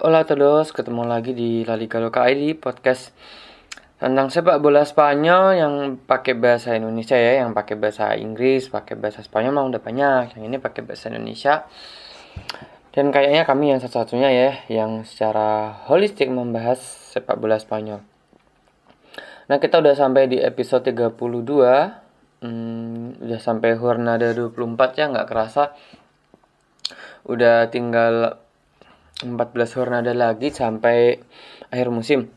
Hola a todos, ketemu lagi di La Liga Loca ID, podcast tentang sepak bola Spanyol yang pakai bahasa Indonesia ya, yang pakai bahasa Inggris, pakai bahasa Spanyol mah udah banyak, yang ini pakai bahasa Indonesia. Dan kayaknya kami yang satu-satunya ya, yang secara holistik membahas sepak bola Spanyol. Nah, kita udah sampai di episode 32, udah sampai Jornada 24 ya, nggak kerasa. Udah tinggal 14 Jornada lagi sampai akhir musim.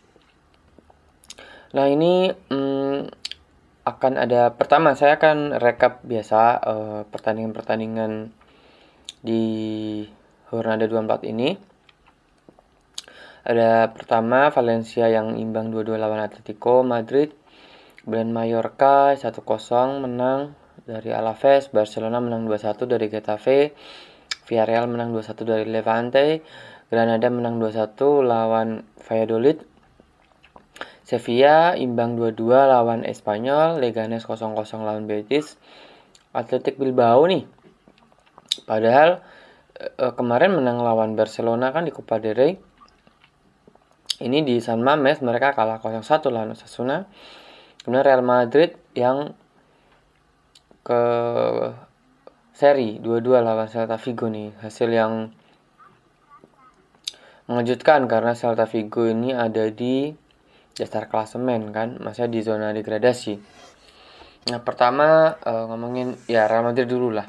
Nah ini akan ada, pertama saya akan rekap biasa pertandingan-pertandingan di Jornada 24 ini. Ada pertama Valencia yang imbang 2-2 lawan Atletico Madrid. Kemudian Mallorca 1-0 menang dari Alaves. Barcelona menang 2-1 dari Getafe. Villarreal menang 2-1 dari Levante. Granada menang 2-1 lawan Valladolid. Sevilla imbang 2-2 lawan Espanyol. Leganes 0-0 lawan Betis. Athletic Bilbao nih, padahal kemarin menang lawan Barcelona kan di Copa del Rey. Ini di San Mamés mereka kalah 0-1 lawan Osasuna. Kemudian Real Madrid yang ke seri 2-2 lawan Celta Vigo nih. Hasil yang mengejutkan karena Celta Vigo ini ada di dasar klasemen kan, masih di zona degradasi. Nah, pertama ngomongin ya Real Madrid dulu lah.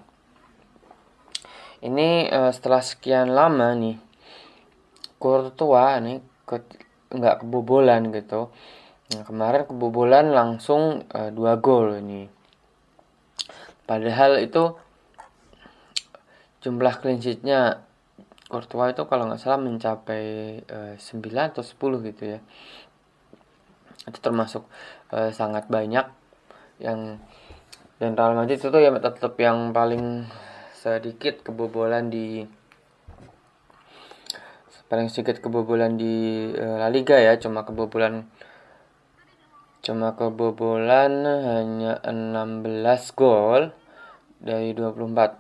Ini setelah sekian lama nih Courtois nih nggak kebobolan gitu. Nah, kemarin kebobolan langsung 2 gol ini. Padahal itu jumlah clean sheet-nya Courtois itu kalau nggak salah mencapai 9 atau 10 gitu ya. Itu termasuk sangat banyak yang, dan Real Madrid itu ya tetap yang paling sedikit kebobolan di La Liga ya, cuma kebobolan hanya 16 gol dari 24.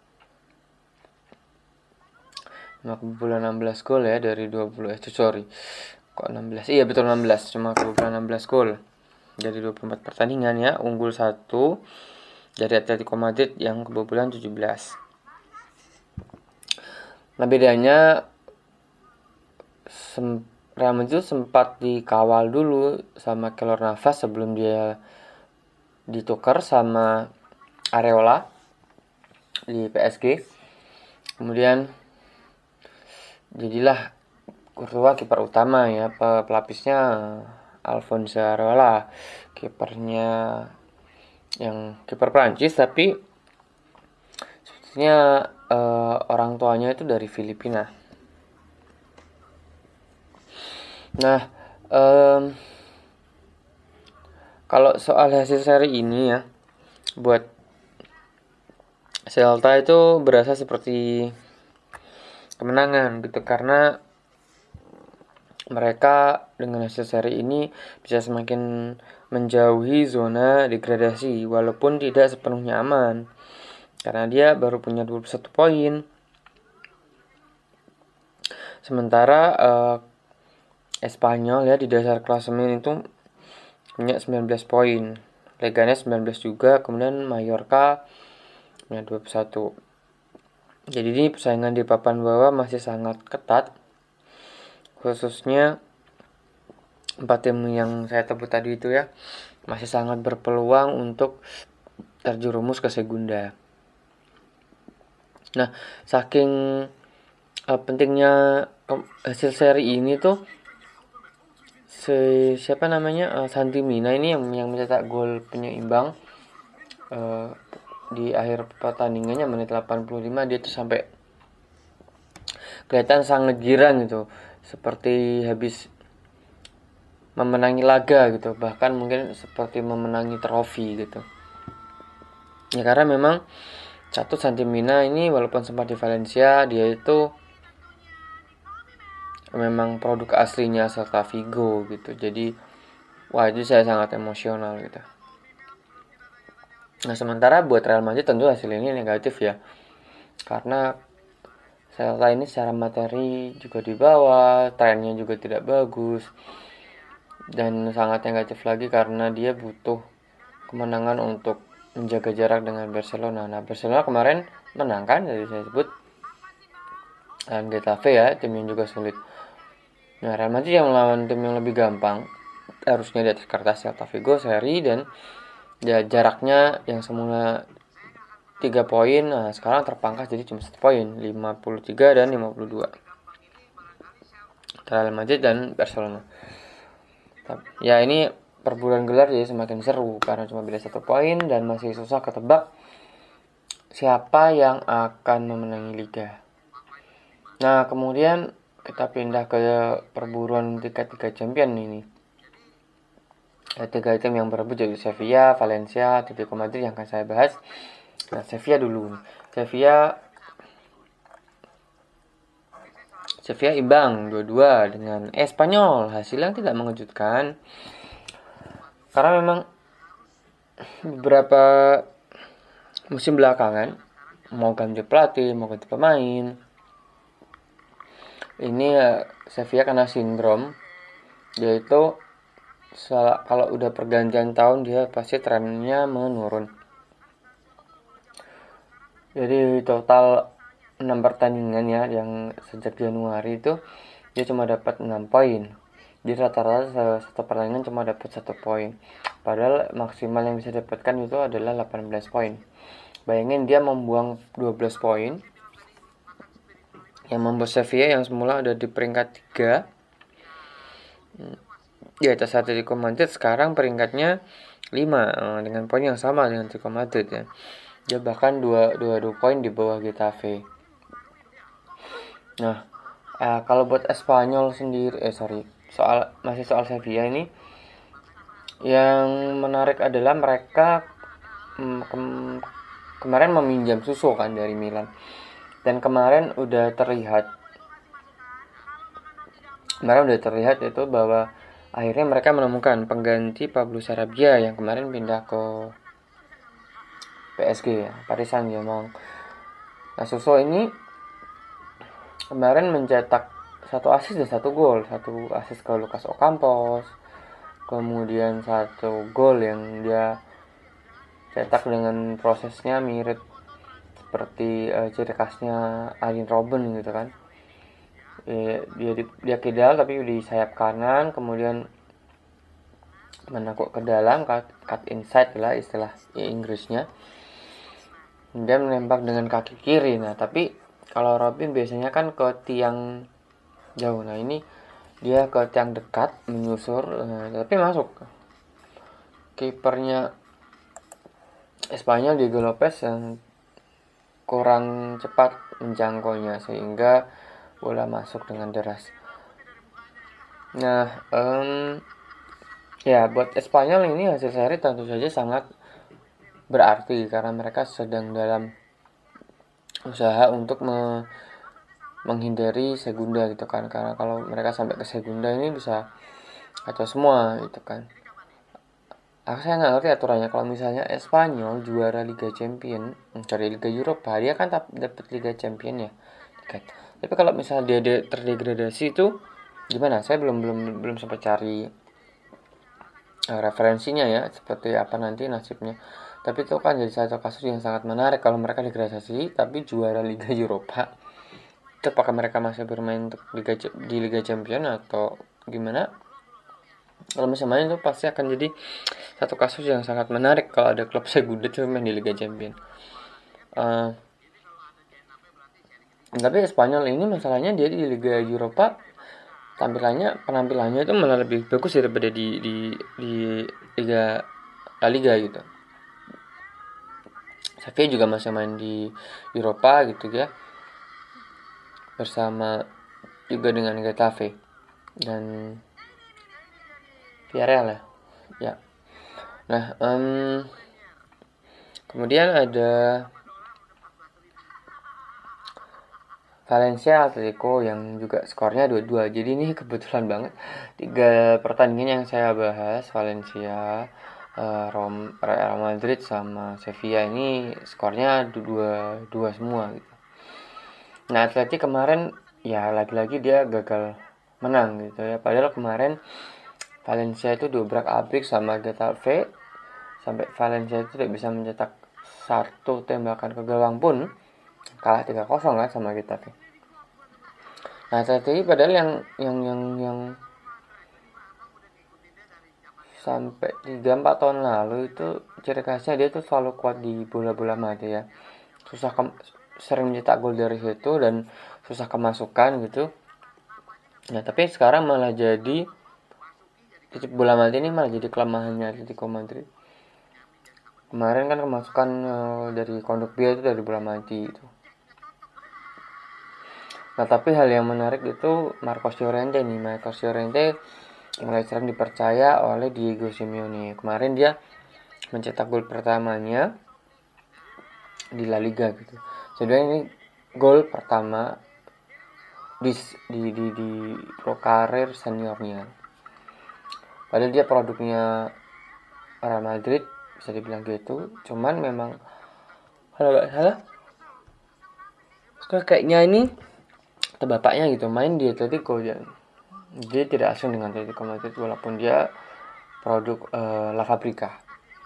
Cuma kebobolan 16 gol ya dari 20. Kok 16? Iya betul 16. Cuma kebobolan 16 gol dari 24 pertandingan ya. Unggul 1 dari Atletico Madrid yang kebobolan 17. Nah, bedanya Real Madrid sempat dikawal dulu sama Keylor Navas sebelum dia ditukar sama Areola di PSG. Kemudian jadilah Courtois kiper utama ya, pelapisnya Alphonse Areola, kipernya yang kiper Prancis tapi sebetulnya orang tuanya itu dari Filipina. Nah, kalau soal hasil seri ini ya, buat Celta itu berasa seperti kemenangan gitu, karena mereka dengan hasil seri ini bisa semakin menjauhi zona degradasi walaupun tidak sepenuhnya aman, karena dia baru punya 21 poin. Sementara Espanyol ya di dasar klasemen itu punya 19 poin. Leganes 19 juga, kemudian Mallorca punya 21. Jadi ini persaingan di papan bawah masih sangat ketat. Khususnya 4 tim yang saya sebut tadi itu ya masih sangat berpeluang untuk terjerumus ke Segunda. Nah, saking pentingnya hasil seri ini tuh Santi Mina ini yang mencetak gol penyeimbang di akhir pertandingannya menit 85. Dia tuh sampai kelihatan sangat girang gitu, seperti habis memenangi laga gitu, bahkan mungkin seperti memenangi trofi gitu ya, karena memang Santi Mina ini walaupun sempat di Valencia, dia itu memang produk aslinya Celta Vigo gitu. Jadi wah, itu saya sangat emosional gitu. Nah, sementara buat Real Madrid tentu hasil ini negatif ya, karena Celta ini secara materi juga di bawah, trennya juga tidak bagus, dan sangat negatif lagi karena dia butuh kemenangan untuk menjaga jarak dengan Barcelona. Nah, Barcelona kemarin menang kan, jadi saya sebut, dan Getafe ya, tim yang juga sulit. Nah, Real Madrid yang melawan tim yang lebih gampang, harusnya di atas kertas Celta Vigo seri, dan ya jaraknya yang semula 3 poin, nah sekarang terpangkas jadi cuma 1 poin, 53 dan 52 Real Madrid dan Barcelona. Ya ini perburuan gelar jadi semakin seru karena cuma beda 1 poin dan masih susah ketebak siapa yang akan memenangi liga. Nah, kemudian kita pindah ke perburuan tiga champion ini. Tiga tim yang berebut jadi Sevilla, Valencia, Atletico Madrid yang akan saya bahas. Nah, Sevilla dulu. Sevilla imbang 2-2 dengan Espanyol, hasil yang tidak mengejutkan karena memang beberapa musim belakangan mau ganti pelatih, mau ganti pemain, ini Sevilla kena sindrom, yaitu kalau udah pergantian tahun dia pasti trennya menurun. Jadi total 6 pertandingan ya yang sejak Januari itu dia cuma dapat 6 poin. Jadi rata-rata satu pertandingan cuma dapat 1 poin. Padahal maksimal yang bisa dapatkan itu adalah 18 poin. Bayangin dia membuang 12 poin. Yang membuat Sevilla yang semula ada di peringkat 3 di atas Atletico Madrid, sekarang peringkatnya 5 dengan poin yang sama dengan Atletico Madrid ya. Dia bahkan 2 poin di bawah Getafe. Nah, kalau buat Espanyol sendiri, masih soal Sevilla ini, yang menarik adalah mereka kemarin meminjam Suso kan dari Milan, dan kemarin udah terlihat itu bahwa akhirnya mereka menemukan pengganti Pablo Sarabia yang kemarin pindah ke PSG ya, Paris Saint-Germain. Nah, Suso ini kemarin mencetak 1 assist dan 1 gol. 1 assist ke Lucas Ocampos, kemudian 1 gol yang dia cetak dengan prosesnya mirip seperti ciri khasnya Arjen Robben gitu kan. Dia kidal tapi di sayap kanan, kemudian menakuk ke dalam, cut inside lah istilah Inggrisnya. Dia menembak dengan kaki kiri. Nah, tapi kalau Robin biasanya kan ke tiang jauh. Nah, ini dia ke tiang dekat menyusur, tapi masuk. Kipernya Espanyol Diego Lopez yang kurang cepat menjangkaunya sehingga bola masuk dengan deras. Nah, ya buat Espanyol ini hasil seri tentu saja sangat berarti karena mereka sedang dalam usaha untuk menghindari segunda gitu kan, karena kalau mereka sampai ke segunda ini bisa kacau semua gitu kan. Saya nggak ngerti aturannya, kalau misalnya Espanyol juara Liga Champion dari Liga Eropa, dia kan dapat Liga Champion ya kan. Tapi kalau misalnya dia terdegradasi itu gimana? Saya belum sempat cari referensinya ya, seperti apa nanti nasibnya. Tapi itu kan jadi satu kasus yang sangat menarik kalau mereka degradasi tapi juara Liga Eropa. Itu apakah mereka masih bermain untuk di Liga Champion atau gimana? Kalau misalnya main itu pasti akan jadi satu kasus yang sangat menarik kalau ada klub segunda tuh main di Liga Champion. Tapi Spanyol ini masalahnya dia di Liga Eropa penampilannya itu malah lebih bagus daripada di Liga La Liga gitu. Sevilla juga masih main di Eropa gitu ya, bersama juga dengan Getafe dan Villarreal ya. Nah, kemudian ada Valencia Atletico yang juga skornya 2-2. Jadi ini kebetulan banget 3 pertandingan yang saya bahas, Valencia, Real Madrid sama Sevilla ini skornya 2-2 semua gitu. Nah, Atletico kemarin ya lagi-lagi dia gagal menang gitu ya. Padahal kemarin Valencia itu dobrak-abrik sama Getafe sampai Valencia itu tidak bisa mencetak satu tembakan ke gawang pun, kalah 3-0 kan sama Getafe. Nah, Atletico padahal yang sampai 3-4 tahun lalu itu ciri khasnya dia tuh selalu kuat di bola-bola mati ya. Sering mencetak gol dari situ dan susah kemasukan gitu. Nah, tapi sekarang malah jadi titik bola mati ini malah jadi kelemahannya Atletico Madrid. Kemarin kan kemasukan dari Kondogbia itu dari bola mati itu. Nah, tapi hal yang menarik itu Marcos Llorente mulai sering dipercaya oleh Diego Simeone. Kemarin dia mencetak gol pertamanya di La Liga gitu. Sebenarnya ini gol pertama di pro karir seniornya. Padahal dia produknya Real Madrid, bisa dibilang gitu. Cuman memang kalau nggak salah kayaknya ini bapaknya gitu main di Atletico dia tidak asing dengan Atletico Madrid walaupun dia produk La Fabrica.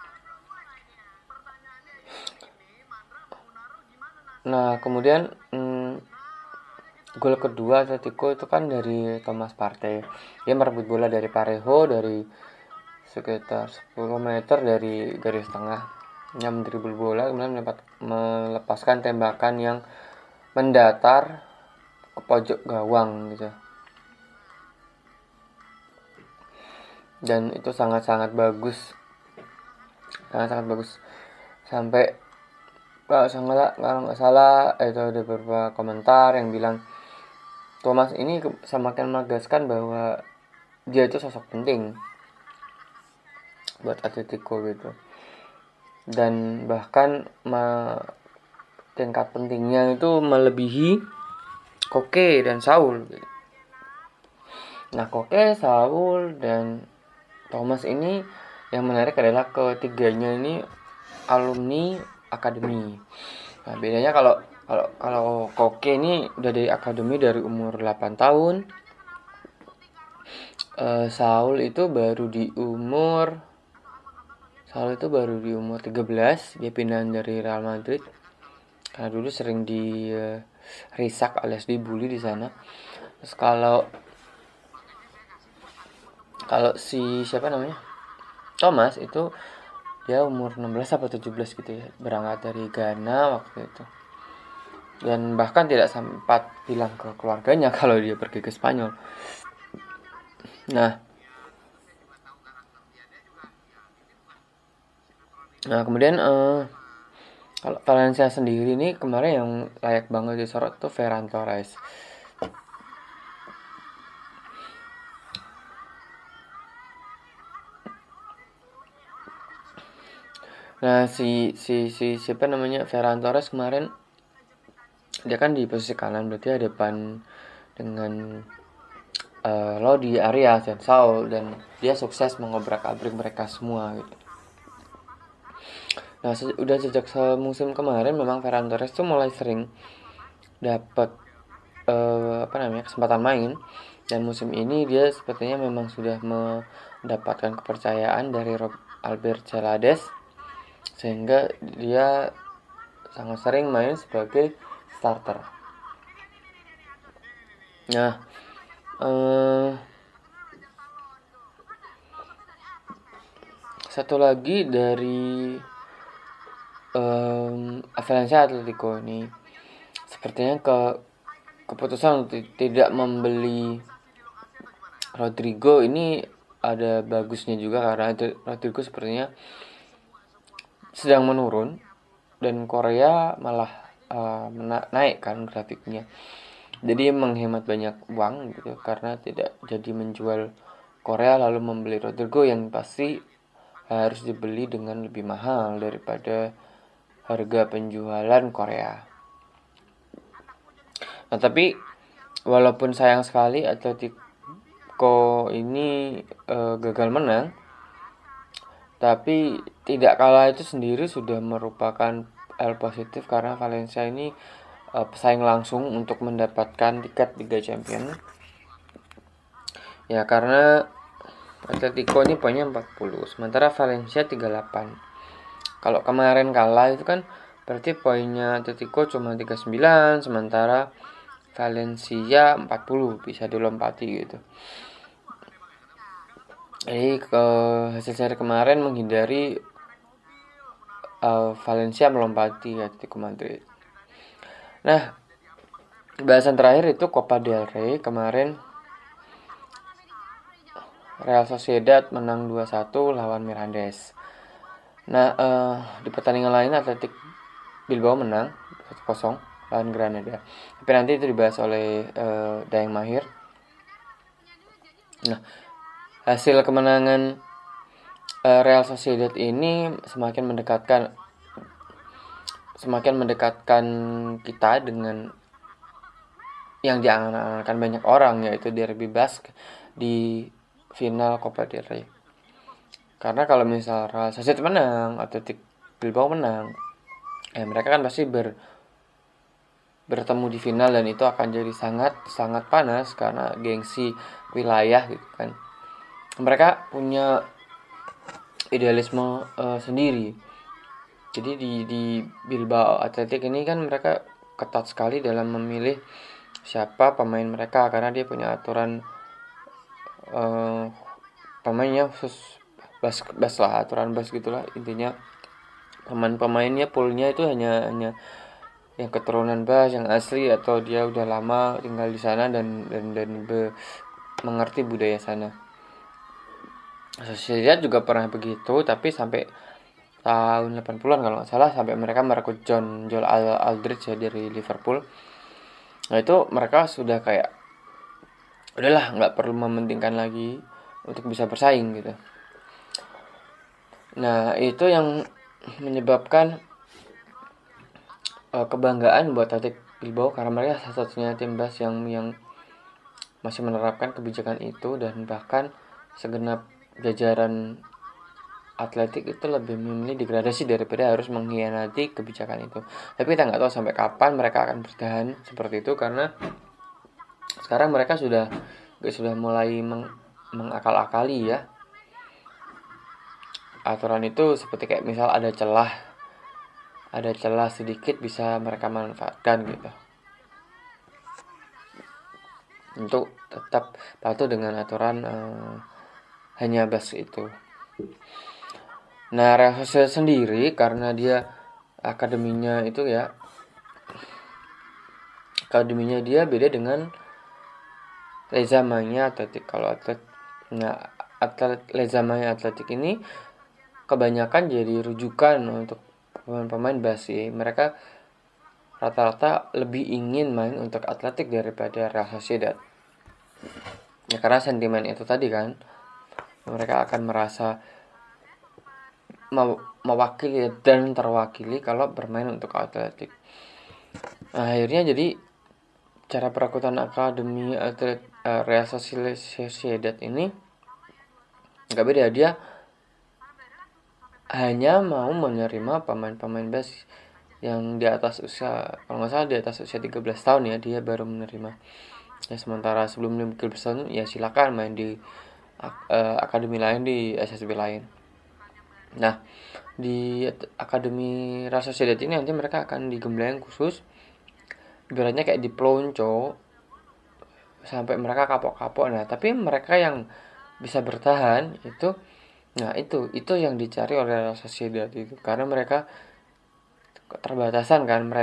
Nah, kemudian gol kedua Atletico itu kan dari Thomas Partey. Dia merebut bola dari Parejo dari sekitar 10 meter dari garis tengah. Dia mendribble bola kemudian melepaskan tembakan yang mendatar ke pojok gawang gitu. Dan itu sangat-sangat bagus. Sangat-sangat bagus. Sampai kalau nggak salah itu ada beberapa komentar yang bilang Thomas ini semakin menegaskan bahwa dia itu sosok penting buat Atletico gitu. Dan bahkan tingkat pentingnya itu melebihi Koke dan Saul gitu. Nah, Koke, Saul dan Thomas ini yang menarik adalah ketiganya ini alumni akademi. Nah, bedanya kalau Koke ini udah dari akademi dari umur 8 tahun. Saul itu baru di umur 13, dia pindah dari Real Madrid. Karena dulu sering di risak alias dibully di sana. Terus kalau si siapa namanya? Thomas itu dia umur 16 atau 17 gitu ya, berangkat dari Ghana waktu itu. Dan bahkan tidak sempat bilang ke keluarganya kalau dia pergi ke Spanyol. Nah, kemudian kalau Valencia sendiri ini kemarin yang layak banget disorot tuh Ferran Torres. Nah, si siapa namanya Ferran Torres kemarin dia kan di posisi kanan, berarti ada depan dengan Lodi, Arias dan Saul, dan dia sukses mengobrak-abrik mereka semua gitu. Nah, udah sejak musim kemarin memang Ferran Torres tuh mulai sering dapat kesempatan main, dan musim ini dia sepertinya memang sudah mendapatkan kepercayaan dari Albert Celades sehingga dia sangat sering main sebagai starter. Nah, satu lagi dari Valencia Atletico ini sepertinya keputusan untuk tidak membeli Rodrigo ini ada bagusnya juga, karena Rodrigo sepertinya sedang menurun dan Korea malah naik kan grafiknya. Jadi menghemat banyak uang gitu karena tidak jadi menjual Korea lalu membeli Rodrigo yang pasti harus dibeli dengan lebih mahal daripada harga penjualan Korea. Nah, tapi walaupun sayang sekali Atletico ini gagal menang, tapi tidak kalah itu sendiri sudah merupakan hal positif karena Valencia ini pesaing langsung untuk mendapatkan tiket Liga Champions. Ya karena Atletico ini poinnya 40, sementara Valencia 38. Kalau kemarin kalah itu kan berarti poinnya Atletico cuma 39, sementara Valencia 40, bisa dilompati gitu. Jadi hasil seri kemarin menghindari Valencia melompati Atletico Madrid. Nah, bahasan terakhir itu Copa del Rey. Kemarin Real Sociedad menang 2-1 lawan Mirandés. Nah, di pertandingan lain Athletic Bilbao menang 1-0 lawan Granada. Tapi nanti itu dibahas oleh Dayang Mahir. Nah, hasil kemenangan Real Sociedad ini semakin mendekatkan kita dengan yang diangan-angankan banyak orang, yaitu Derby Basque di final Copa del Rey. Karena kalau misal Real Sociedad menang, Athletic Bilbao menang, mereka kan pasti bertemu di final, dan itu akan jadi sangat panas karena gengsi wilayah gitu kan. Mereka punya idealisme sendiri. Jadi di Bilbao Athletic ini kan mereka ketat sekali dalam memilih siapa pemain mereka, karena dia punya aturan pemainnya khusus bas lah, aturan bas gitulah intinya. Pemainnya poolnya itu hanya yang keturunan bas, yang asli atau dia udah lama tinggal di sana dan mengerti budaya sana. Sociedad juga pernah begitu, tapi sampai tahun 80-an kalau nggak salah, sampai mereka merekrut Joel Aldridge ya dari Liverpool. Nah itu mereka sudah kayak udahlah, nggak perlu mementingkan lagi untuk bisa bersaing gitu. Nah itu yang menyebabkan kebanggaan buat Athletic Bilbao, karena mereka satu-satunya tim bas yang masih menerapkan kebijakan itu, dan bahkan segenap jajaran Atletik itu lebih memilih degradasi daripada harus mengkhianati kebijakan itu. Tapi kita nggak tahu sampai kapan mereka akan bertahan seperti itu, karena sekarang mereka sudah mulai mengakal-akali ya aturan itu. Seperti kayak misal ada celah sedikit bisa mereka manfaatkan gitu untuk tetap patuh dengan aturan hanya bas itu. Nah, Real Sociedad sendiri karena dia akademinya dia beda dengan Lezamanya Atletik. Kalau Lezamanya Atletik ini kebanyakan jadi rujukan untuk pemain-pemain basi. Mereka rata-rata lebih ingin main untuk Atletik daripada Real Sociedad. Ya karena sentimen itu tadi kan, mereka akan merasa mewakili dan terwakili kalau bermain untuk Atletik. Nah, akhirnya jadi cara perekrutan akademi Real Sociedad ini nggak beda. Dia hanya mau menerima pemain-pemain bas yang di atas usia, kalau nggak salah di atas usia 13 tahun ya, dia baru menerima. Ya sementara sebelum 13 tahun ya silakan main di akademi lain, di SSB lain. Nah, di akademi Real Sociedad ini nanti mereka akan digembleng khusus, ibaratnya kayak di pelonco sampai mereka kapok-kapok. Nah, tapi mereka yang bisa bertahan itu, nah itu yang dicari oleh Real Sociedad itu, karena mereka keterbatasan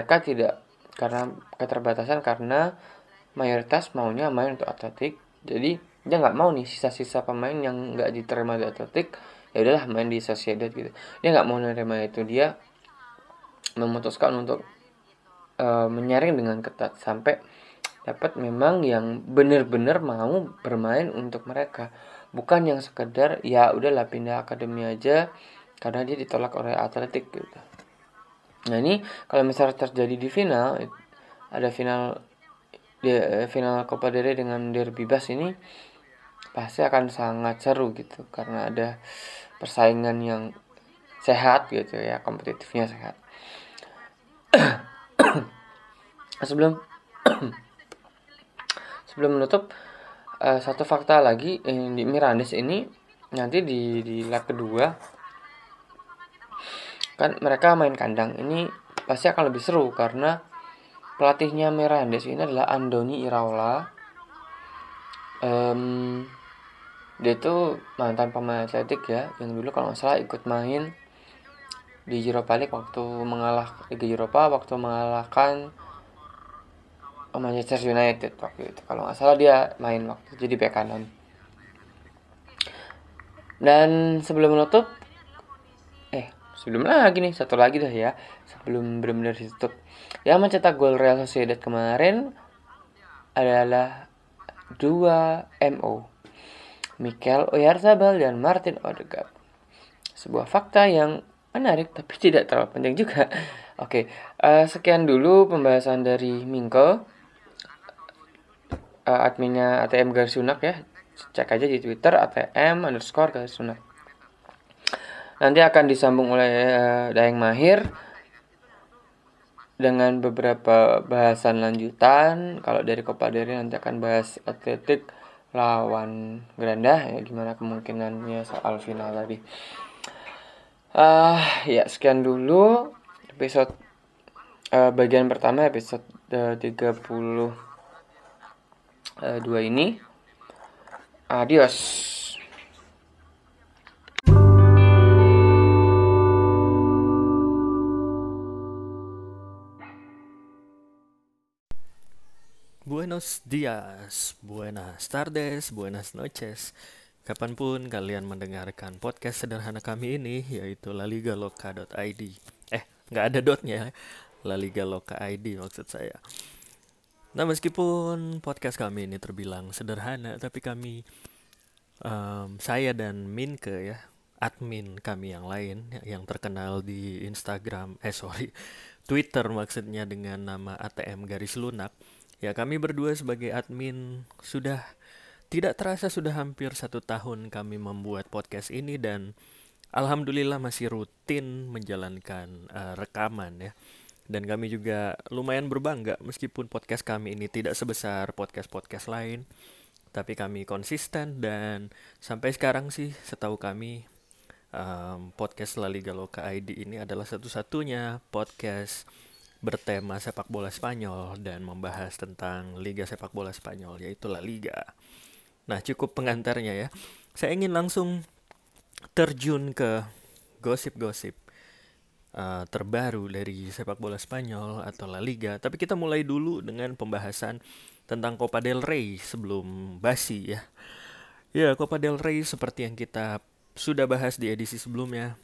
karena mayoritas maunya main untuk Atletik. Jadi dia nggak mau nih sisa-sisa pemain yang nggak diterima di Atletik, ya udahlah main di Sociedad gitu. Dia nggak mau menerima itu. Dia memutuskan untuk menyaring dengan ketat sampai dapat memang yang benar-benar mau bermain untuk mereka, bukan yang sekedar ya udahlah pindah akademi aja karena dia ditolak oleh Atletik gitu. Nah ini kalau misalnya terjadi di final, ada final Copa del Rey dengan Derby Basque ini pasti akan sangat seru gitu, karena ada persaingan yang sehat gitu ya, kompetitifnya sehat. Sebelum menutup, satu fakta lagi, di Mirandes ini nanti di leg kedua kan mereka main kandang, ini pasti akan lebih seru karena pelatihnya Mirandes ini adalah Andoni Iraola. Dia itu mantan pemain Atletik ya, yang dulu kalau nggak salah ikut main di Europa League waktu Liga Eropa waktu mengalahkan Manchester United waktu itu. Kalau nggak salah dia main waktu jadi bek kanan. Dan sebelum lagi nih, satu lagi dah ya, sebelum benar-benar ditutup. Yang mencetak gol Real Sociedad kemarin adalah 2 MO, Mikel Oyarzabal dan Martin Odegaard. Sebuah fakta yang menarik tapi tidak terlalu penting juga. Oke, sekian dulu pembahasan dari Mingke, adminnya ATM Garis Sunak ya. Cek aja di Twitter ATM_Garis Sunak. Nanti akan disambung oleh Daeng Mahir dengan beberapa bahasan lanjutan. Kalau dari Copa del Rey nanti akan bahas Atletik lawan Granada ya, gimana kemungkinannya soal final tadi. Ya sekian dulu episode bagian pertama, episode 32 ini. Adios. Buenos dias, buenas tardes, buenas noches. Kapanpun kalian mendengarkan podcast sederhana kami ini, yaitu laligaloka.id. Nggak ada dotnya, laligaloka.id maksud saya. Nah, meskipun podcast kami ini terbilang sederhana, tapi saya dan Minke ya, admin kami yang lain yang terkenal di Twitter maksudnya dengan nama ATM Garis Lunak. Ya, kami berdua sebagai admin tidak terasa sudah hampir 1 tahun kami membuat podcast ini, dan alhamdulillah masih rutin menjalankan rekaman ya. Dan kami juga lumayan berbangga meskipun podcast kami ini tidak sebesar podcast-podcast lain, tapi kami konsisten, dan sampai sekarang sih setahu kami podcast La Liga Loka ID ini adalah satu-satunya podcast bertema sepak bola Spanyol dan membahas tentang Liga Sepak Bola Spanyol, yaitu La Liga. Nah, cukup pengantarnya ya. Saya ingin langsung terjun ke gosip-gosip terbaru dari sepak bola Spanyol atau La Liga. Tapi kita mulai dulu dengan pembahasan tentang Copa del Rey sebelum basi ya. Ya, Copa del Rey seperti yang kita sudah bahas di edisi sebelumnya,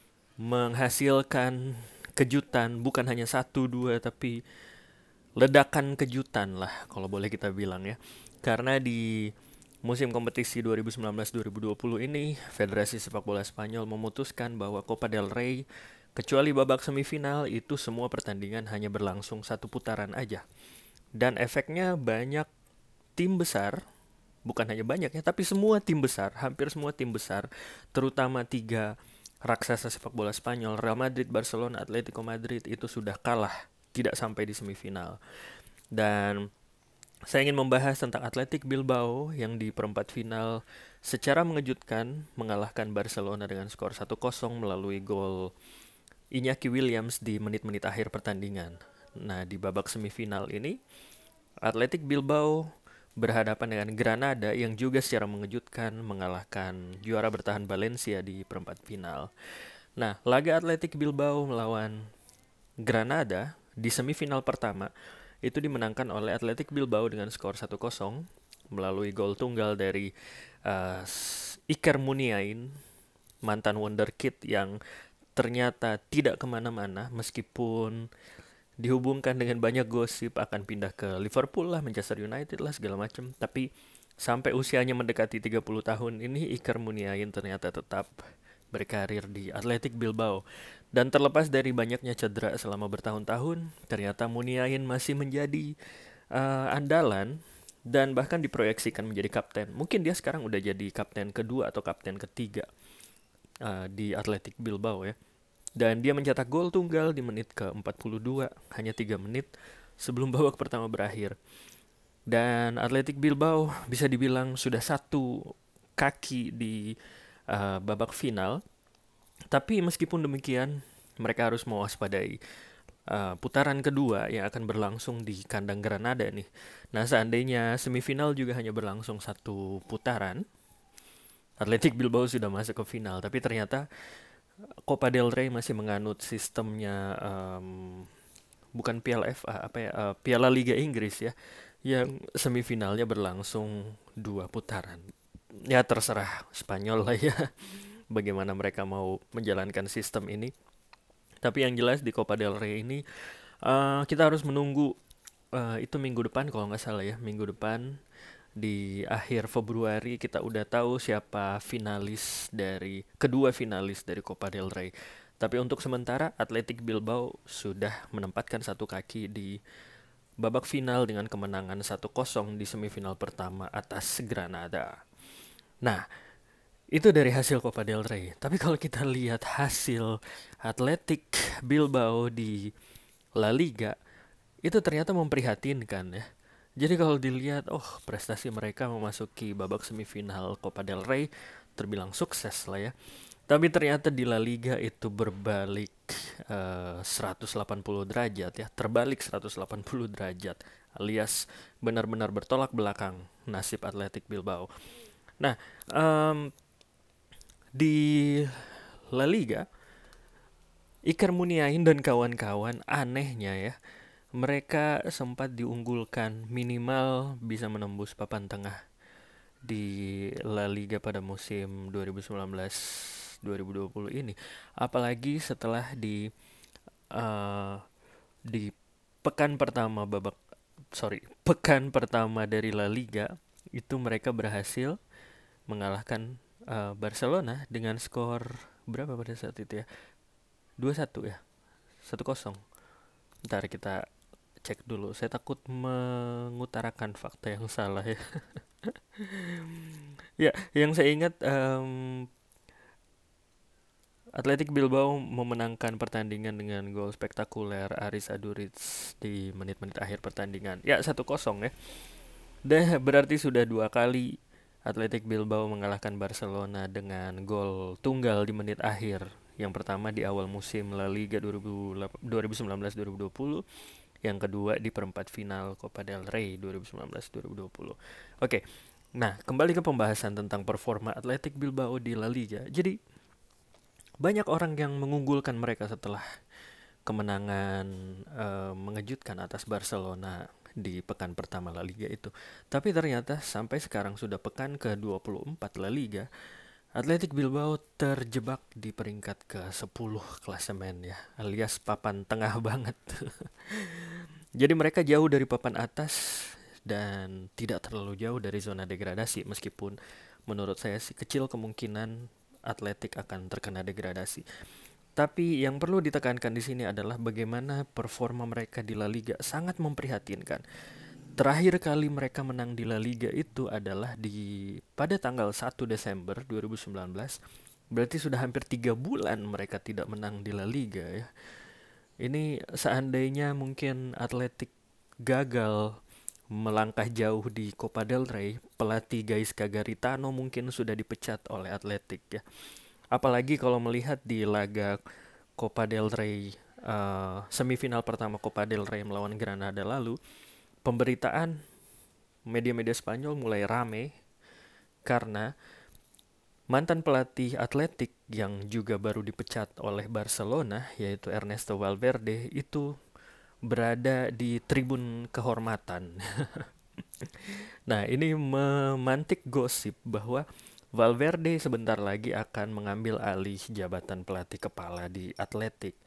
menghasilkan kejutan, bukan hanya 1-2 tapi ledakan kejutan lah kalau boleh kita bilang ya. Karena di musim kompetisi 2019-2020 ini, Federasi Sepak Bola Spanyol memutuskan bahwa Copa del Rey, kecuali babak semifinal, itu semua pertandingan hanya berlangsung 1 putaran aja. Dan efeknya banyak tim besar, bukan hanya banyak ya, tapi semua tim besar, hampir semua tim besar, terutama 3 raksasa sepak bola Spanyol, Real Madrid, Barcelona, Atletico Madrid, itu sudah kalah, tidak sampai di semifinal. Dan saya ingin membahas tentang Athletic Bilbao yang di perempat final secara mengejutkan mengalahkan Barcelona dengan skor 1-0 melalui gol Iñaki Williams di menit-menit akhir pertandingan. Nah, di babak semifinal ini, Athletic Bilbao berhadapan dengan Granada yang juga secara mengejutkan mengalahkan juara bertahan Valencia di perempat final. Nah, laga Athletic Bilbao melawan Granada di semifinal pertama itu dimenangkan oleh Athletic Bilbao dengan skor 1-0 melalui gol tunggal dari Iker Muniain, mantan wonderkid yang ternyata tidak kemana-mana meskipun dihubungkan dengan banyak gosip akan pindah ke Liverpool lah, Manchester United lah, segala macam. Tapi sampai usianya mendekati 30 tahun ini, Iker Muniain ternyata tetap berkarir di Athletic Bilbao. Dan terlepas dari banyaknya cedera selama bertahun-tahun, ternyata Muniain masih menjadi andalan dan bahkan diproyeksikan menjadi kapten. Mungkin dia sekarang udah jadi kapten kedua atau kapten ketiga di Athletic Bilbao ya. Dan dia mencetak gol tunggal di menit ke-42, hanya 3 menit, sebelum babak pertama berakhir. Dan Athletic Bilbao bisa dibilang sudah satu kaki di babak final. Tapi meskipun demikian, mereka harus mewaspadai putaran kedua yang akan berlangsung di kandang Granada nih. Nah, seandainya semifinal juga hanya berlangsung satu putaran, Athletic Bilbao sudah masuk ke final. Tapi ternyata Copa del Rey masih menganut sistemnya bukan Piala FA, Piala Liga Inggris ya, yang semifinalnya berlangsung 2 putaran. Ya terserah Spanyol lah ya, bagaimana mereka mau menjalankan sistem ini. Tapi yang jelas di Copa del Rey ini kita harus menunggu itu minggu depan kalau nggak salah ya, minggu depan di akhir Februari kita udah tahu siapa kedua finalis dari Copa del Rey. Tapi untuk sementara Athletic Bilbao sudah menempatkan satu kaki di babak final dengan kemenangan 1-0 di semifinal pertama atas Granada. Nah, itu dari hasil Copa del Rey. Tapi kalau kita lihat hasil Athletic Bilbao di La Liga, itu ternyata memprihatinkan ya. Jadi kalau dilihat, prestasi mereka memasuki babak semifinal Copa del Rey terbilang sukses lah ya. Tapi ternyata di La Liga itu berbalik 180 derajat ya, terbalik 180 derajat, alias benar-benar bertolak belakang nasib Athletic Bilbao. Nah, di La Liga, Iker Muniain dan kawan-kawan anehnya ya, mereka sempat diunggulkan minimal bisa menembus papan tengah di La Liga pada musim 2019-2020 ini. Apalagi setelah di pekan pertama dari La Liga itu mereka berhasil mengalahkan Barcelona dengan skor berapa pada saat itu ya? 2-1 ya? 1-0. Ntar kita cek dulu. Saya takut mengutarakan fakta yang salah ya. Ya, yang saya ingat Athletic Bilbao memenangkan pertandingan dengan gol spektakuler Aris Aduriz di menit-menit akhir pertandingan. Ya, 1-0 ya. Dan berarti sudah 2 kali Athletic Bilbao mengalahkan Barcelona dengan gol tunggal di menit akhir. Yang pertama di awal musim La Liga 2019-2020, yang kedua di perempat final Copa del Rey 2019-2020. Oke, nah kembali ke pembahasan tentang performa Athletic Bilbao di La Liga. Jadi banyak orang yang mengunggulkan mereka setelah kemenangan mengejutkan atas Barcelona di pekan pertama La Liga itu. Tapi ternyata sampai sekarang sudah pekan ke-24 La Liga, Athletic Bilbao terjebak di peringkat ke-10 klasemen ya, alias papan tengah banget. Jadi mereka jauh dari papan atas dan tidak terlalu jauh dari zona degradasi, meskipun menurut saya sih kecil kemungkinan Athletic akan terkena degradasi. Tapi yang perlu ditekankan di sini adalah bagaimana performa mereka di La Liga sangat memprihatinkan. Terakhir kali mereka menang di La Liga itu adalah pada tanggal 1 Desember 2019. Berarti sudah hampir 3 bulan mereka tidak menang di La Liga ya. Ini seandainya mungkin Athletic gagal melangkah jauh di Copa del Rey, pelatih Gaisca Garitano mungkin sudah dipecat oleh Athletic ya. Apalagi kalau melihat di laga Copa del Rey semifinal pertama Copa del Rey melawan Granada lalu, pemberitaan media-media Spanyol mulai rame karena mantan pelatih Athletic yang juga baru dipecat oleh Barcelona, yaitu Ernesto Valverde, itu berada di tribun kehormatan. Nah, ini memantik gosip bahwa Valverde sebentar lagi akan mengambil alih jabatan pelatih kepala di Athletic.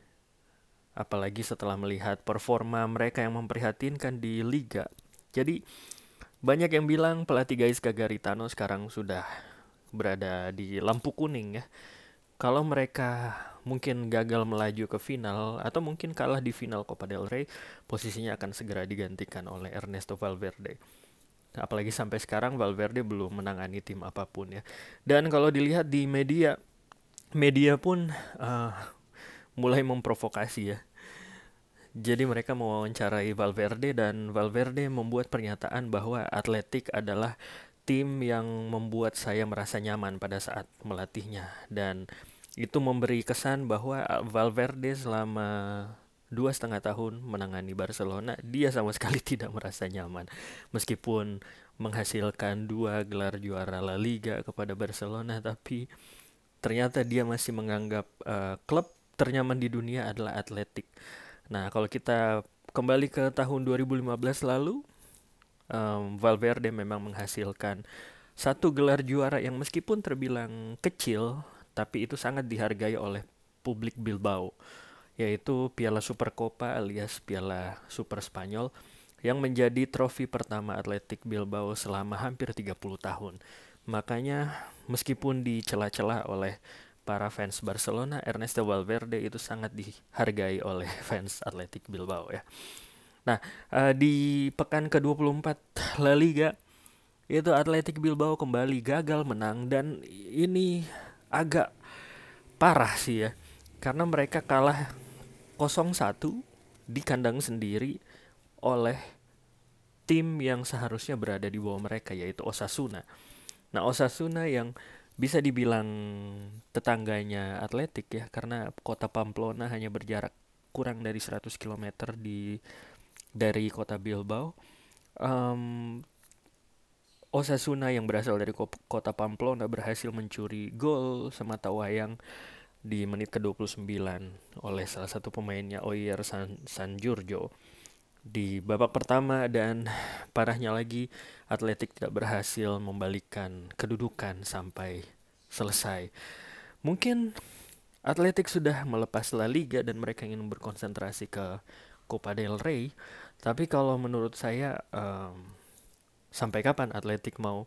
Apalagi setelah melihat performa mereka yang memprihatinkan di Liga. Jadi banyak yang bilang pelatih Gaisca Garitano sekarang sudah berada di lampu kuning ya. Kalau mereka mungkin gagal melaju ke final atau mungkin kalah di final Copa del Rey, posisinya akan segera digantikan oleh Ernesto Valverde. Apalagi sampai sekarang Valverde belum menangani tim apapun ya. Dan kalau dilihat di media pun mulai memprovokasi ya. Jadi mereka mewawancarai Valverde dan Valverde membuat pernyataan bahwa Athletic adalah tim yang membuat saya merasa nyaman pada saat melatihnya, dan itu memberi kesan bahwa Valverde selama 2,5 tahun menangani Barcelona, dia sama sekali tidak merasa nyaman. Meskipun menghasilkan 2 gelar juara La Liga kepada Barcelona, tapi ternyata dia masih menganggap klub ternyaman di dunia adalah Athletic. Nah, kalau kita kembali ke tahun 2015 lalu, Valverde memang menghasilkan 1 gelar juara yang meskipun terbilang kecil, tapi itu sangat dihargai oleh publik Bilbao, yaitu Piala Supercopa alias Piala Super Spanyol, yang menjadi trofi pertama Athletic Bilbao selama hampir 30 tahun. Makanya meskipun dicela-cela oleh para fans Barcelona, Ernesto Valverde itu sangat dihargai oleh fans Athletic Bilbao ya. Nah, di pekan ke-24 La Liga, itu Athletic Bilbao kembali gagal menang, dan ini agak parah sih ya. Karena mereka kalah 0-1 di kandang sendiri oleh tim yang seharusnya berada di bawah mereka, yaitu Osasuna. Nah, Osasuna yang bisa dibilang tetangganya Atletik ya, karena kota Pamplona hanya berjarak kurang dari 100 km dari kota Bilbao. Osasuna yang berasal dari kota Pamplona berhasil mencuri gol semata wayang di menit ke-29 oleh salah satu pemainnya, Oyer Sanjurjo, di babak pertama, dan parahnya lagi Atletik tidak berhasil membalikkan kedudukan sampai selesai. Mungkin Atletik sudah melepas La Liga dan mereka ingin berkonsentrasi ke Copa del Rey, tapi kalau menurut saya sampai kapan Atletik mau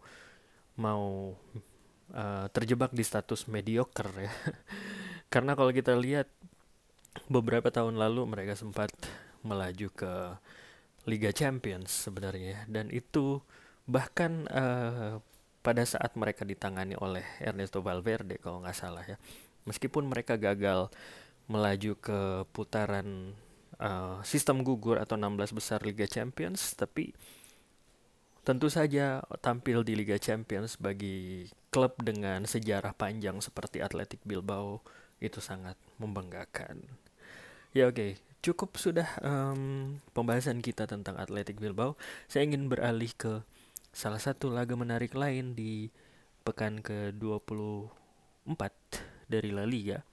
terjebak di status mediocre ya. Karena kalau kita lihat beberapa tahun lalu mereka sempat melaju ke Liga Champions sebenarnya, dan itu bahkan pada saat mereka ditangani oleh Ernesto Valverde kalau nggak salah ya. Meskipun mereka gagal melaju ke putaran sistem gugur atau 16 besar Liga Champions, tapi tentu saja tampil di Liga Champions bagi klub dengan sejarah panjang seperti Athletic Bilbao itu sangat membanggakan. Ya oke, cukup sudah pembahasan kita tentang Athletic Bilbao. Saya ingin beralih ke salah satu laga menarik lain di pekan ke-24 dari La Liga,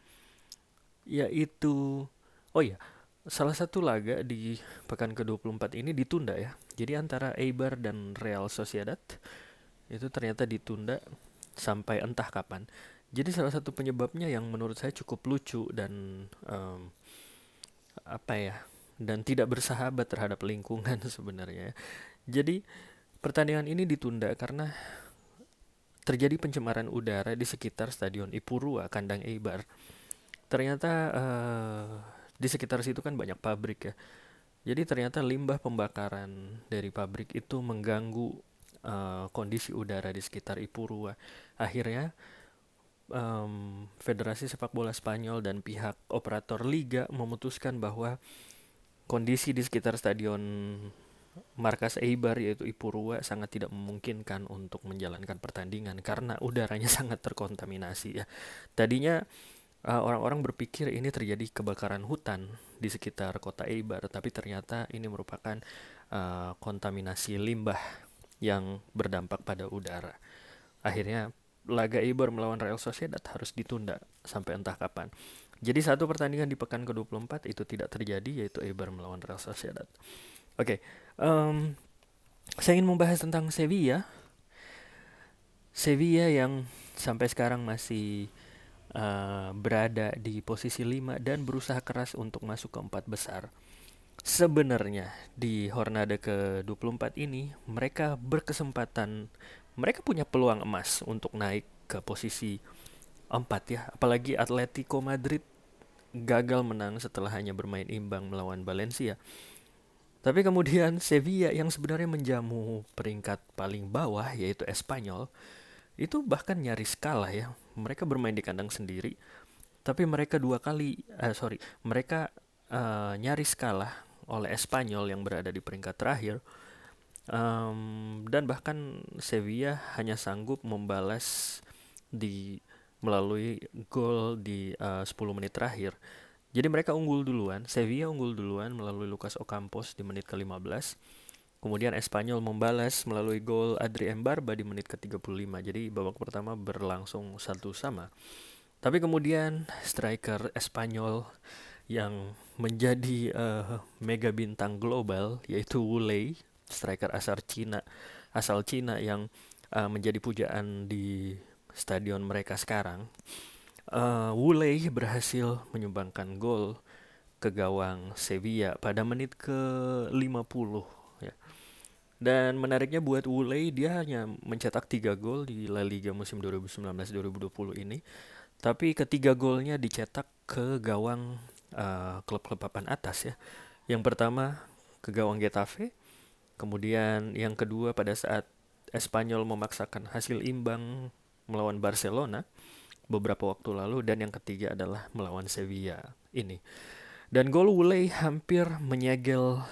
yaitu salah satu laga di pekan ke-24 ini ditunda ya. Jadi antara Eibar dan Real Sociedad itu ternyata ditunda sampai entah kapan. Jadi salah satu penyebabnya yang menurut saya cukup lucu dan dan tidak bersahabat terhadap lingkungan sebenarnya. Jadi pertandingan ini ditunda karena terjadi pencemaran udara di sekitar Stadion Ipurua, kandang Eibar. Ternyata di sekitar situ kan banyak pabrik ya. Jadi ternyata limbah pembakaran dari pabrik itu mengganggu kondisi udara di sekitar Ipurua. Akhirnya Federasi Sepak Bola Spanyol dan pihak operator liga memutuskan bahwa kondisi di sekitar stadion markas Eibar yaitu Ipurua sangat tidak memungkinkan untuk menjalankan pertandingan karena udaranya sangat terkontaminasi ya. Tadinya orang-orang berpikir ini terjadi kebakaran hutan di sekitar kota Eibar, tapi ternyata ini merupakan kontaminasi limbah yang berdampak pada udara. Akhirnya laga Eibar melawan Real Sociedad harus ditunda sampai entah kapan. Jadi satu pertandingan di pekan ke-24 itu tidak terjadi, yaitu Eibar melawan Real Sociedad. Oke, saya ingin membahas tentang Sevilla. Sevilla yang sampai sekarang masih berada di posisi 5 dan berusaha keras untuk masuk ke 4 besar. Sebenarnya di Jornada ke-24 ini mereka punya peluang emas untuk naik ke posisi 4 ya. Apalagi Atletico Madrid gagal menang setelah hanya bermain imbang melawan Valencia. Tapi kemudian Sevilla yang sebenarnya menjamu peringkat paling bawah yaitu Espanyol itu bahkan nyaris kalah ya. Mereka bermain di kandang sendiri, tapi mereka nyaris kalah oleh Espanyol yang berada di peringkat terakhir. Dan bahkan Sevilla hanya sanggup membalas melalui gol di 10 menit terakhir. Jadi mereka unggul duluan, Sevilla unggul duluan melalui Lucas Ocampos di menit ke-15. Kemudian Espanyol membalas melalui gol Adrien Barba di menit ke-35. Jadi babak pertama berlangsung 1-1. Tapi kemudian striker Espanyol yang menjadi mega bintang global, yaitu Wulei, striker asal Cina yang menjadi pujaan di stadion mereka sekarang. Wulei berhasil menyumbangkan gol ke gawang Sevilla pada menit ke-50 ya. Dan menariknya buat Wulei, dia hanya mencetak 3 gol di La Liga musim 2019-2020 ini. Tapi ketiga golnya dicetak ke gawang klub-klub papan atas ya. Yang pertama ke gawang Getafe, kemudian yang kedua pada saat Espanyol memaksakan hasil imbang melawan Barcelona beberapa waktu lalu, dan yang ketiga adalah melawan Sevilla ini. Dan gol Wulei hampir menyegel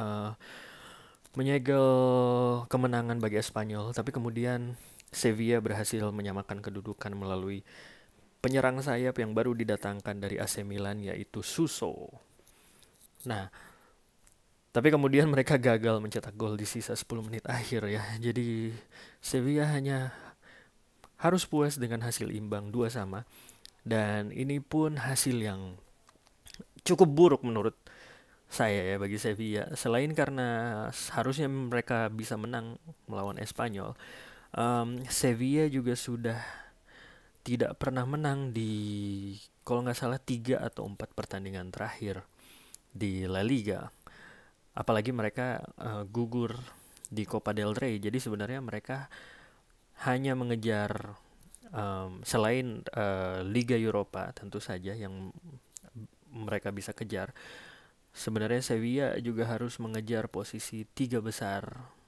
kemenangan bagi Espanyol, tapi kemudian Sevilla berhasil menyamakan kedudukan melalui penyerang sayap yang baru didatangkan dari AC Milan, yaitu Suso. Nah, tapi kemudian mereka gagal mencetak gol di sisa 10 menit akhir ya. Jadi Sevilla hanya harus puas dengan hasil imbang 2-2. Dan ini pun hasil yang cukup buruk menurut saya ya bagi Sevilla. Selain karena harusnya mereka bisa menang melawan Espanyol, Sevilla juga sudah tidak pernah menang di, kalau nggak salah, 3 atau 4 pertandingan terakhir di La Liga. Apalagi mereka gugur di Copa del Rey. Jadi sebenarnya mereka hanya mengejar selain Liga Eropa tentu saja yang mereka bisa kejar. Sebenarnya Sevilla juga harus mengejar posisi 3 besar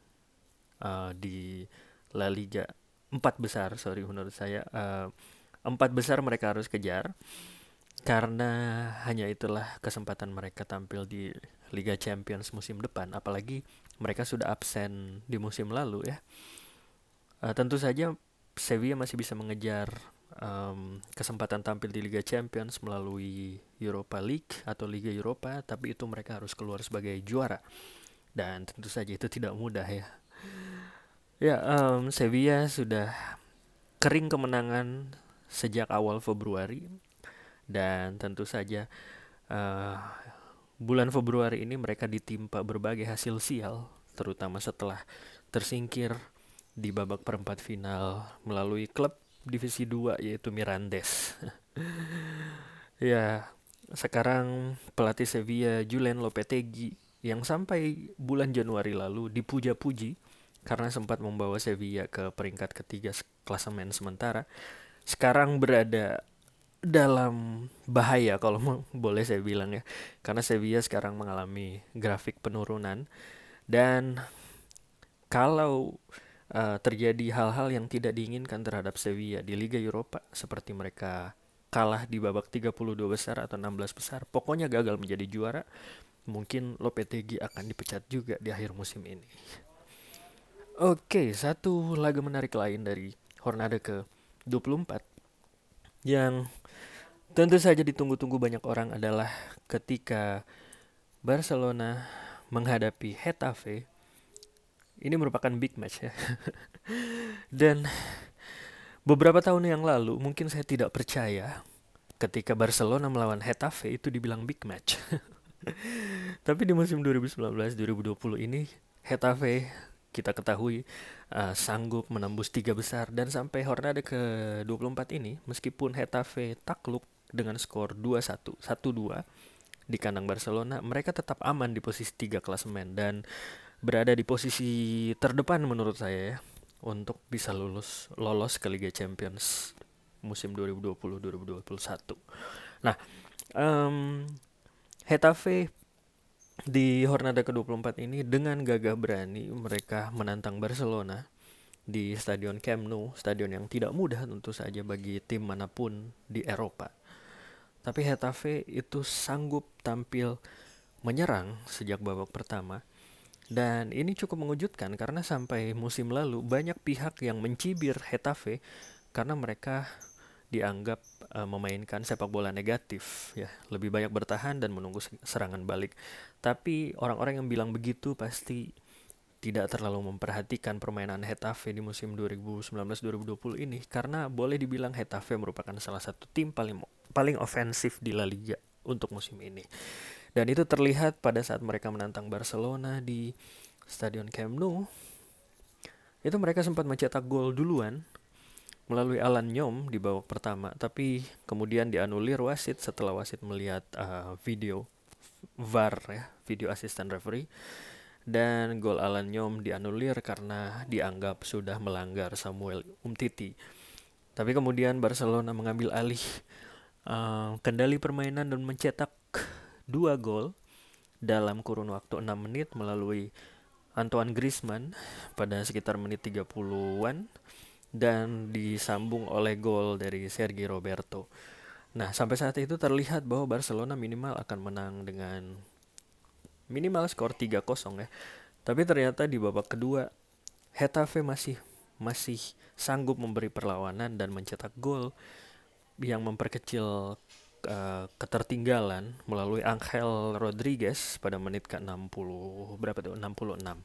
di La Liga. 4 besar, sorry, menurut saya 4 besar mereka harus kejar, karena hanya itulah kesempatan mereka tampil di Liga Champions musim depan. Apalagi mereka sudah absen di musim lalu ya. Tentu saja Sevilla masih bisa mengejar kesempatan tampil di Liga Champions melalui Europa League atau Liga Eropa, tapi itu mereka harus keluar sebagai juara, dan tentu saja itu tidak mudah ya. Ya, Sevilla sudah kering kemenangan sejak awal Februari, dan tentu saja bulan Februari ini mereka ditimpa berbagai hasil sial, terutama setelah tersingkir di babak perempat final melalui klub divisi 2 yaitu Mirandes. Ya, sekarang pelatih Sevilla Julen Lopetegui yang sampai bulan Januari lalu dipuja-puji karena sempat membawa Sevilla ke peringkat ketiga klasemen sementara, sekarang berada dalam bahaya kalau boleh saya bilang ya, karena Sevilla sekarang mengalami grafik penurunan. Dan kalau terjadi hal-hal yang tidak diinginkan terhadap Sevilla di Liga Eropa, seperti mereka kalah di babak 32 besar atau 16 besar, pokoknya gagal menjadi juara, mungkin Lopetegui akan dipecat juga di akhir musim ini. Oke, satu laga menarik lain dari Hornada ke-24 yang tentu saja ditunggu-tunggu banyak orang adalah ketika Barcelona menghadapi Getafe. Ini merupakan big match ya. Dan beberapa tahun yang lalu mungkin saya tidak percaya ketika Barcelona melawan Getafe itu dibilang big match. Tapi di musim 2019-2020 ini Getafe kita ketahui sanggup menembus 3 besar, dan sampai Hornada ke-24 ini meskipun Getafe takluk dengan skor 2-1, 1-2 di kandang Barcelona, mereka tetap aman di posisi 3 klasemen dan berada di posisi terdepan menurut saya ya, untuk bisa lolos ke Liga Champions musim 2020-2021. Nah, Getafe di Hornada ke-24 ini dengan gagah berani mereka menantang Barcelona di Stadion Camp Nou, stadion yang tidak mudah tentu saja bagi tim manapun di Eropa. Tapi Getafe itu sanggup tampil menyerang sejak babak pertama. Dan ini cukup mengejutkan karena sampai musim lalu banyak pihak yang mencibir Getafe karena mereka dianggap memainkan sepak bola negatif, ya, lebih banyak bertahan dan menunggu serangan balik. Tapi orang-orang yang bilang begitu pasti tidak terlalu memperhatikan permainan Getafe di musim 2019-2020 ini, karena boleh dibilang Getafe merupakan salah satu tim paling ofensif di La Liga untuk musim ini. Dan itu terlihat pada saat mereka menantang Barcelona di Stadion Camp Nou. Itu mereka sempat mencetak gol duluan melalui Alan Nyom di babak pertama, tapi kemudian dianulir wasit setelah wasit melihat video VAR, ya, video assistant referee, dan gol Alan Nyom dianulir karena dianggap sudah melanggar Samuel Umtiti. Tapi kemudian Barcelona mengambil alih kendali permainan dan mencetak 2 gol dalam kurun waktu 6 menit melalui Antoine Griezmann pada sekitar menit 30-an dan disambung oleh gol dari Sergi Roberto. Nah, sampai saat itu terlihat bahwa Barcelona minimal akan menang dengan minimal skor 3-0, ya. Tapi ternyata di babak kedua Getafe masih sanggup memberi perlawanan dan mencetak gol yang memperkecil ketertinggalan melalui Angel Rodriguez pada menit ke-60 berapa tuh 66.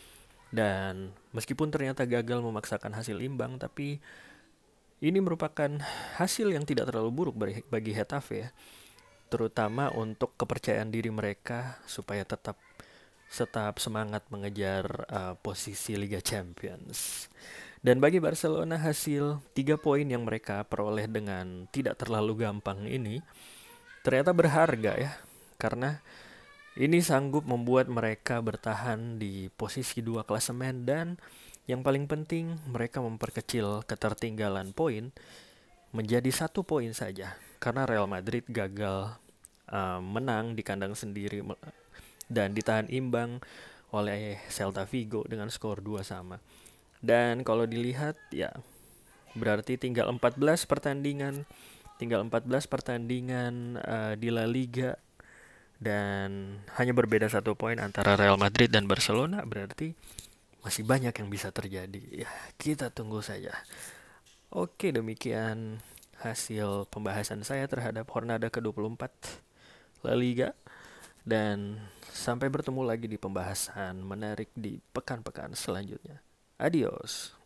Dan meskipun ternyata gagal memaksakan hasil imbang, tapi ini merupakan hasil yang tidak terlalu buruk bagi Getafe, ya, terutama untuk kepercayaan diri mereka supaya tetap semangat mengejar posisi Liga Champions. Dan bagi Barcelona, hasil 3 poin yang mereka peroleh dengan tidak terlalu gampang ini ternyata berharga, ya, karena ini sanggup membuat mereka bertahan di posisi 2 klasemen, dan yang paling penting mereka memperkecil ketertinggalan poin menjadi 1 poin saja karena Real Madrid gagal menang di kandang sendiri dan ditahan imbang oleh Celta Vigo dengan skor 2-2. Dan kalau dilihat, ya, berarti tinggal 14 pertandingan di La Liga, dan hanya berbeda 1 poin antara Real Madrid dan Barcelona. Berarti masih banyak yang bisa terjadi, ya, kita tunggu saja. Oke, demikian hasil pembahasan saya terhadap Jornada ke-24 La Liga, dan sampai bertemu lagi di pembahasan menarik di pekan-pekan selanjutnya. Adios.